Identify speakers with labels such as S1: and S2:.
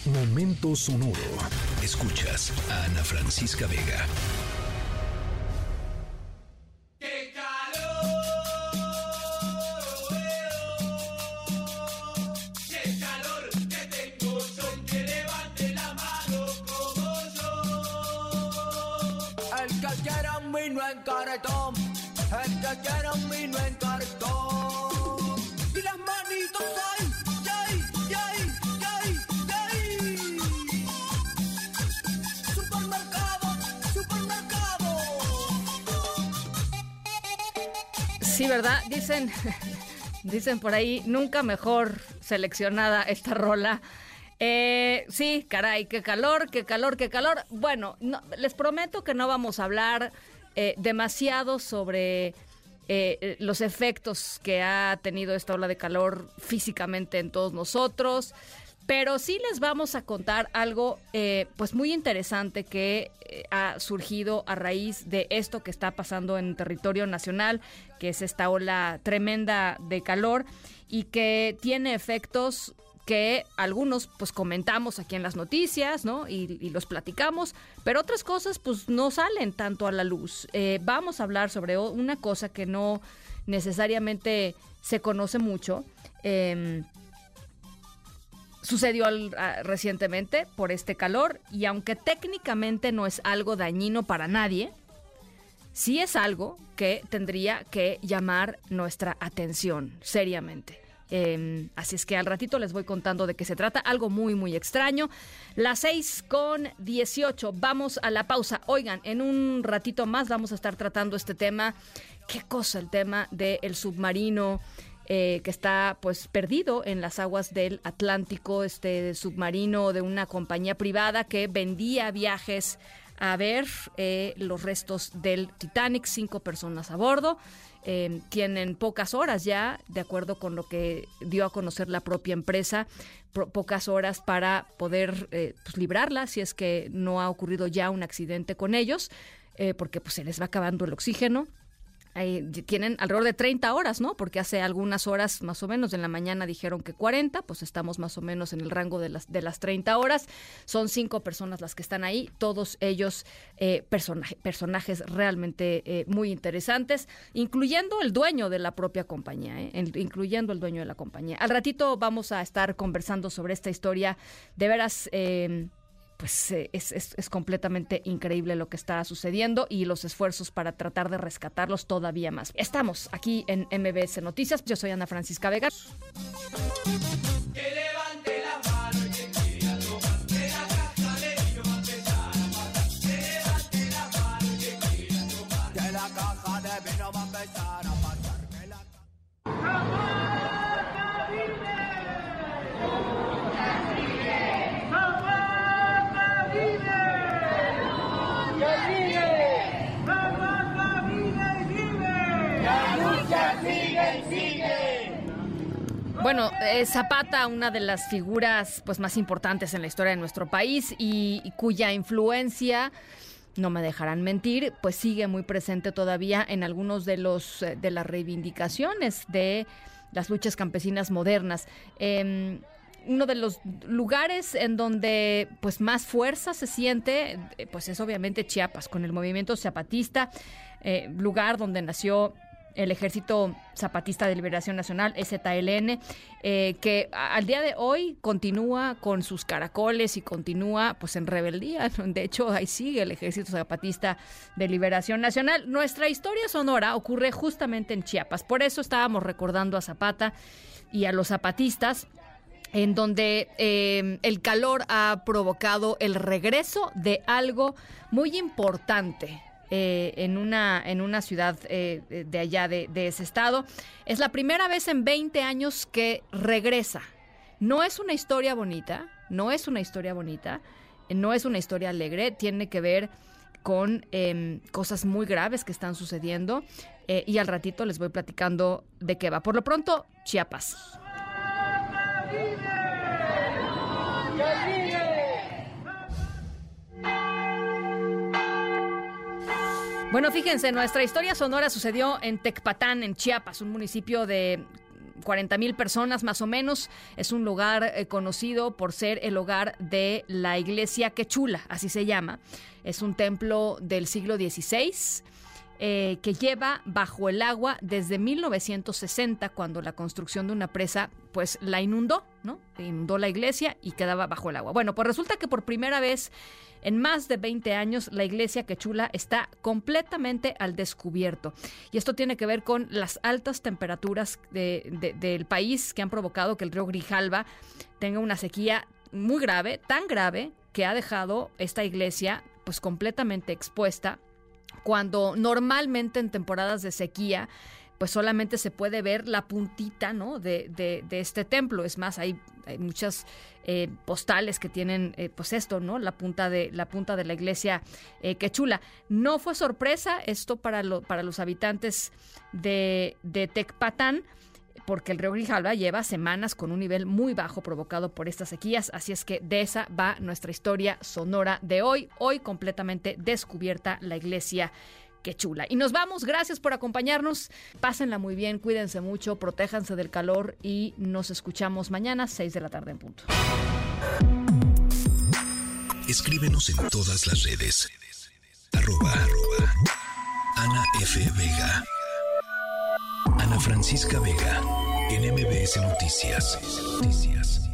S1: Momento sonoro. Escuchas a Ana Francisca Vega.
S2: ¡Qué calor! ¡Qué calor que tengo yo! Que levante la mano como yo.
S3: El que quiere un vino en cartón, el que quiere un vino en cartón. Y las manitos ahí, yay, yay, yay, yay. Supermercado, supermercado.
S4: Sí, ¿verdad? Dicen por ahí, nunca mejor seleccionada esta rola. Sí, caray, qué calor, qué calor, qué calor. Bueno, les prometo que no vamos a hablar demasiado sobre los efectos que ha tenido esta ola de calor físicamente en todos nosotros, pero sí les vamos a contar algo pues muy interesante que ha surgido a raíz de esto que está pasando en territorio nacional, que es esta ola tremenda de calor y que tiene efectos que algunos pues comentamos aquí en las noticias, ¿no? Y los platicamos, pero otras cosas pues no salen tanto a la luz. Vamos a hablar sobre una cosa que no necesariamente se conoce mucho. Sucedió recientemente por este calor y aunque técnicamente no es algo dañino para nadie, sí es algo que tendría que llamar nuestra atención seriamente. Así es que al ratito les voy contando de qué se trata, algo muy, muy extraño. Las 6:18, vamos a la pausa. Oigan, en un ratito más vamos a estar tratando este tema. ¿Qué cosa? El tema del submarino que está pues perdido en las aguas del Atlántico, este submarino de una compañía privada que vendía viajes a ver los restos del Titanic, 5 personas a bordo. Tienen pocas horas ya, de acuerdo con lo que dio a conocer la propia empresa, pocas horas para poder pues, librarla, si es que no ha ocurrido ya un accidente con ellos, porque pues se les va acabando el oxígeno. Tienen alrededor de 30 horas, ¿no? Porque hace algunas horas, más o menos, en la mañana dijeron que 40, pues estamos más o menos en el rango de las 30 horas. Son 5 personas las que están ahí, todos ellos personajes realmente muy interesantes, incluyendo el dueño de la propia compañía, incluyendo el dueño de la compañía. Al ratito vamos a estar conversando sobre esta historia, de veras. Pues es completamente increíble lo que está sucediendo y los esfuerzos para tratar de rescatarlos todavía más. Estamos aquí en MBS Noticias. Yo soy Ana Francisca Vega.
S2: Que levante la mano y que quiera tomar de la casa de ellos va a empezar a matar. Que levante la mano y que quiera tomar
S3: De la caja de vino va a empezar a pasar. Que la...
S4: Bueno, Zapata, una de las figuras pues más importantes en la historia de nuestro país y cuya influencia, no me dejarán mentir, pues sigue muy presente todavía en algunos de las reivindicaciones de las luchas campesinas modernas. Uno de los lugares en donde pues más fuerza se siente, pues es obviamente Chiapas, con el movimiento zapatista, lugar donde nació el Ejército Zapatista de Liberación Nacional, EZLN, que al día de hoy continúa con sus caracoles y continúa pues en rebeldía. De hecho, ahí sigue el Ejército Zapatista de Liberación Nacional. Nuestra historia sonora ocurre justamente en Chiapas. Por eso estábamos recordando a Zapata y a los zapatistas, en donde el calor ha provocado el regreso de algo muy importante en una ciudad de allá de ese estado. Es la primera vez en 20 años que regresa. No es una historia bonita, no es una historia alegre, tiene que ver con cosas muy graves que están sucediendo y al ratito les voy platicando de qué va. Por lo pronto, Chiapas. Bueno, fíjense, nuestra historia sonora sucedió en Tecpatán, en Chiapas, un municipio de 40,000 personas más o menos. Es un lugar conocido por ser el hogar de la iglesia Quechula, así se llama. Es un templo del siglo XVI que lleva bajo el agua desde 1960, cuando la construcción de una presa pues la inundó, ¿no? Inundó la iglesia y quedaba bajo el agua. Bueno, pues resulta que por primera vez en más de 20 años la iglesia Quechula está completamente al descubierto. Y esto tiene que ver con las altas temperaturas del país que han provocado que el río Grijalva tenga una sequía muy grave, tan grave que ha dejado esta iglesia pues completamente expuesta, cuando normalmente en temporadas de sequía pues solamente se puede ver la puntita, ¿no? de este templo. Es más, hay muchas postales que tienen pues esto, ¿no? La punta de la iglesia Quechula. No fue sorpresa esto para los habitantes de Tecpatán, porque el río Grijalva lleva semanas con un nivel muy bajo provocado por estas sequías. Así es que de esa va nuestra historia sonora de hoy. Hoy completamente descubierta la iglesia Quechula. Y nos vamos. Gracias por acompañarnos. Pásenla muy bien, cuídense mucho, protéjanse del calor y nos escuchamos mañana, 6 de la tarde en punto.
S1: Escríbenos en todas las redes. @ Ana F. Vega. Ana Francisca Vega, en MBS Noticias.